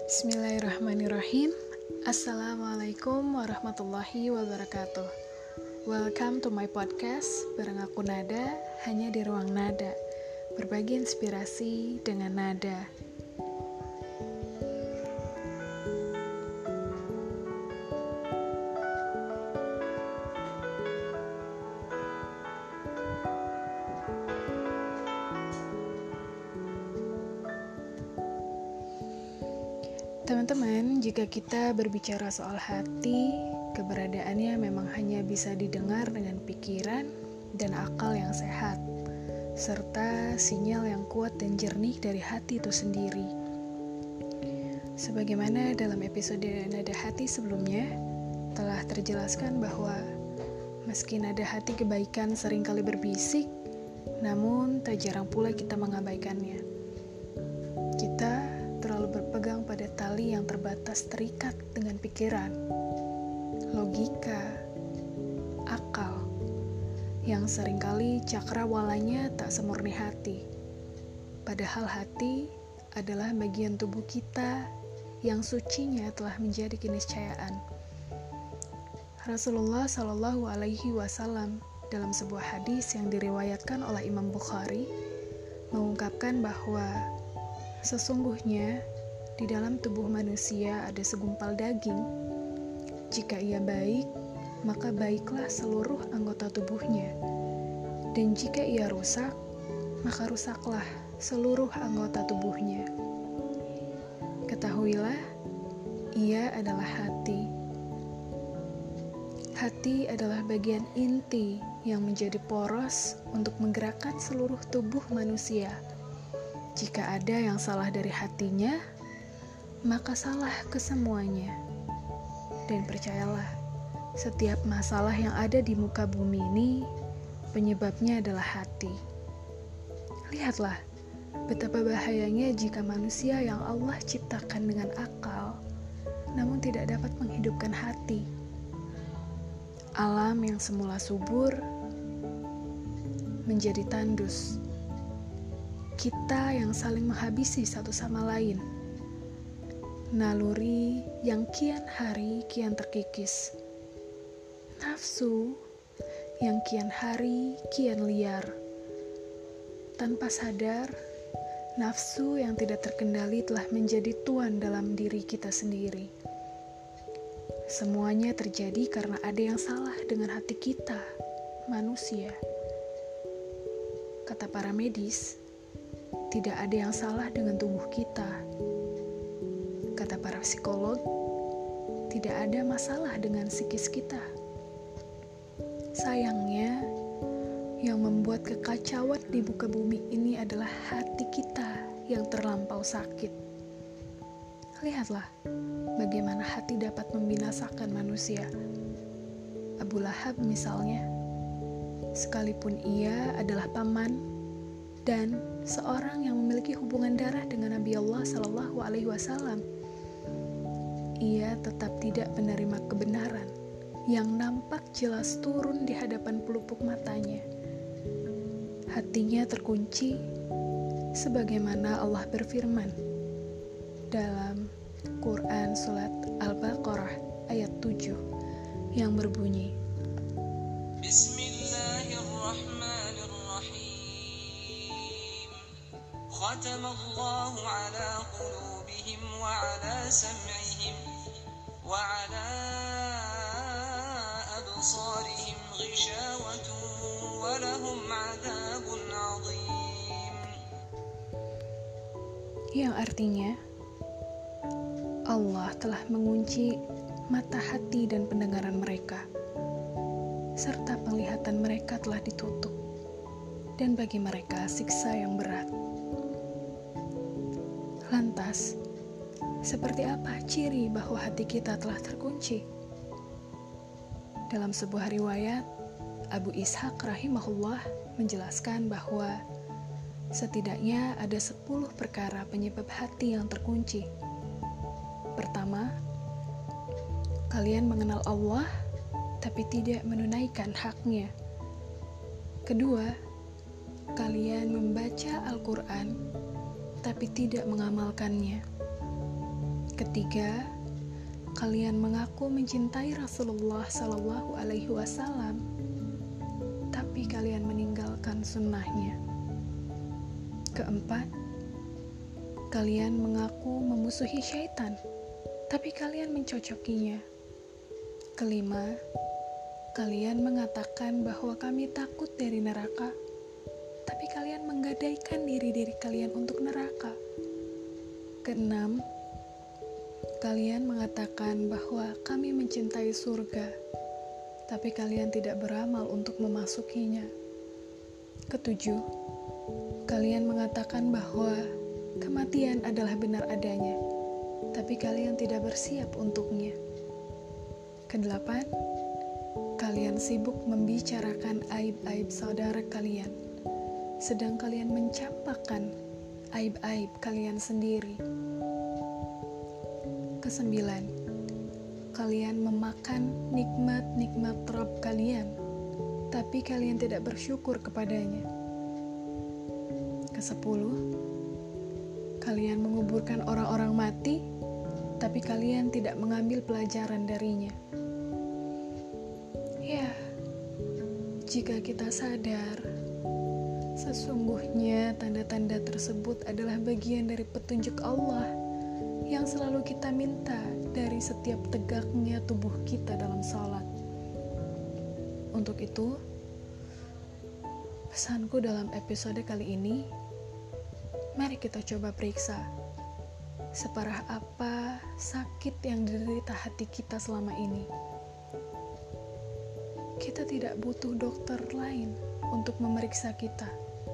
Bismillahirrahmanirrahim. Assalamualaikum warahmatullahi wabarakatuh. Welcome to my podcast bareng aku Nada, hanya di ruang nada. Berbagi inspirasi dengan nada. Teman-teman, jika kita berbicara soal hati, keberadaannya memang hanya bisa didengar dengan pikiran dan akal yang sehat, serta sinyal yang kuat dan jernih dari hati itu sendiri. Sebagaimana dalam episode Nada Hati sebelumnya, telah terjelaskan bahwa meski nada hati kebaikan seringkali berbisik, namun tak jarang pula kita mengabaikannya. Kita terlalu berpegang pada tali yang terbatas terikat dengan pikiran, logika, akal, yang seringkali cakrawalanya tak semurni hati. Padahal hati adalah bagian tubuh kita yang sucinya telah menjadi keniscayaan. Rasulullah Shallallahu Alaihi Wasallam dalam sebuah hadis yang diriwayatkan oleh Imam Bukhari mengungkapkan bahwa sesungguhnya di dalam tubuh manusia ada segumpal daging. Jika ia baik, maka baiklah seluruh anggota tubuhnya. Dan jika ia rusak, maka rusaklah seluruh anggota tubuhnya. Ketahuilah, ia adalah hati. Hati adalah bagian inti yang menjadi poros untuk menggerakkan seluruh tubuh manusia. Jika ada yang salah dari hatinya, maka salah kesemuanya. Dan percayalah, setiap masalah yang ada di muka bumi ini, penyebabnya adalah hati. Lihatlah, betapa bahayanya jika manusia yang Allah ciptakan dengan akal, namun tidak dapat menghidupkan hati. Alam yang semula subur, menjadi tandus. Kita yang saling menghabisi satu sama lain. Naluri yang kian hari kian terkikis. Nafsu yang kian hari kian liar. Tanpa sadar, nafsu yang tidak terkendali telah menjadi tuan dalam diri kita sendiri. Semuanya terjadi karena ada yang salah dengan hati kita, manusia. Kata para medis, tidak ada yang salah dengan tubuh kita. Kata para psikolog, tidak ada masalah dengan psikis kita. Sayangnya, yang membuat kekacauan di muka bumi ini adalah hati kita yang terlampau sakit. Lihatlah, bagaimana hati dapat membinasakan manusia. Abu Lahab misalnya, sekalipun ia adalah paman dan seorang yang memiliki hubungan darah dengan Nabi Allah Shallallahu Alaihi Wasallam, ia tetap tidak menerima kebenaran yang nampak jelas turun di hadapan pelupuk matanya. Hatinya terkunci, sebagaimana Allah berfirman dalam Quran Surat Al-Baqarah ayat 7 yang berbunyi, Khatamallahu ala qulubihim wa ala sam'ihim wa ala absarihim ghishawatun wa lahum 'adzabun 'adzim. Yang artinya, Allah telah mengunci mata hati dan pendengaran mereka, serta penglihatan mereka telah ditutup, dan bagi mereka siksa yang berat. Lantas, seperti apa ciri bahwa hati kita telah terkunci? Dalam sebuah riwayat, Abu Ishaq rahimahullah menjelaskan bahwa setidaknya ada 10 perkara penyebab hati yang terkunci. Pertama, kalian mengenal Allah tapi tidak menunaikan haknya. Kedua, kalian membaca Al-Quran tapi tidak mengamalkannya. Ketiga, kalian mengaku mencintai Rasulullah Sallallahu Alaihi Wasallam, tapi kalian meninggalkan sunnahnya. Keempat, kalian mengaku memusuhi syaitan, tapi kalian mencocokinya. Kelima, kalian mengatakan bahwa kami takut dari neraka, tapi kalian menggadaikan diri kalian untuk neraka. Keenam, kalian mengatakan bahwa kami mencintai surga, tapi kalian tidak beramal untuk memasukinya. Ketujuh, kalian mengatakan bahwa kematian adalah benar adanya, tapi kalian tidak bersiap untuknya. Kedelapan, kalian sibuk membicarakan aib-aib saudara kalian, sedang kalian mencampakkan aib-aib kalian sendiri. Kesembilan, kalian memakan nikmat-nikmat Rabb kalian, tapi kalian tidak bersyukur kepadanya. Kesepuluh, kalian menguburkan orang-orang mati, tapi kalian tidak mengambil pelajaran darinya. Ya, jika kita sadar, sesungguhnya tanda-tanda tersebut adalah bagian dari petunjuk Allah yang selalu kita minta dari setiap tegaknya tubuh kita dalam salat. Untuk itu, pesanku dalam episode kali ini, mari kita coba periksa separah apa sakit yang diderita hati kita selama ini. Kita tidak butuh dokter lain untuk memeriksa kita.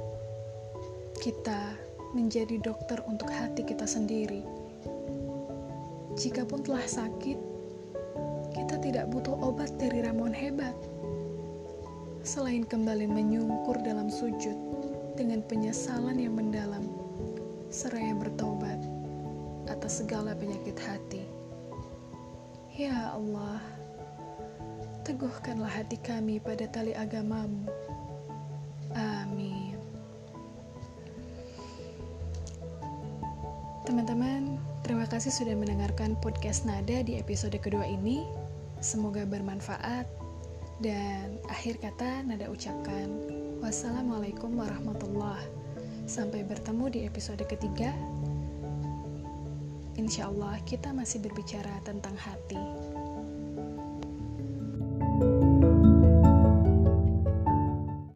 Kita menjadi dokter untuk hati kita sendiri. Jikapun telah sakit, kita tidak butuh obat dari ramuan hebat. Selain kembali menyungkur dalam sujud dengan penyesalan yang mendalam, seraya bertaubat atas segala penyakit hati. Ya Allah, teguhkanlah hati kami pada tali agamamu. Amin. Teman-teman, terima kasih sudah mendengarkan podcast Nada di episode kedua ini. Semoga bermanfaat. Dan akhir kata Nada ucapkan, wassalamualaikum warahmatullahi. Sampai bertemu di episode ketiga. Insya Allah kita masih berbicara tentang hati.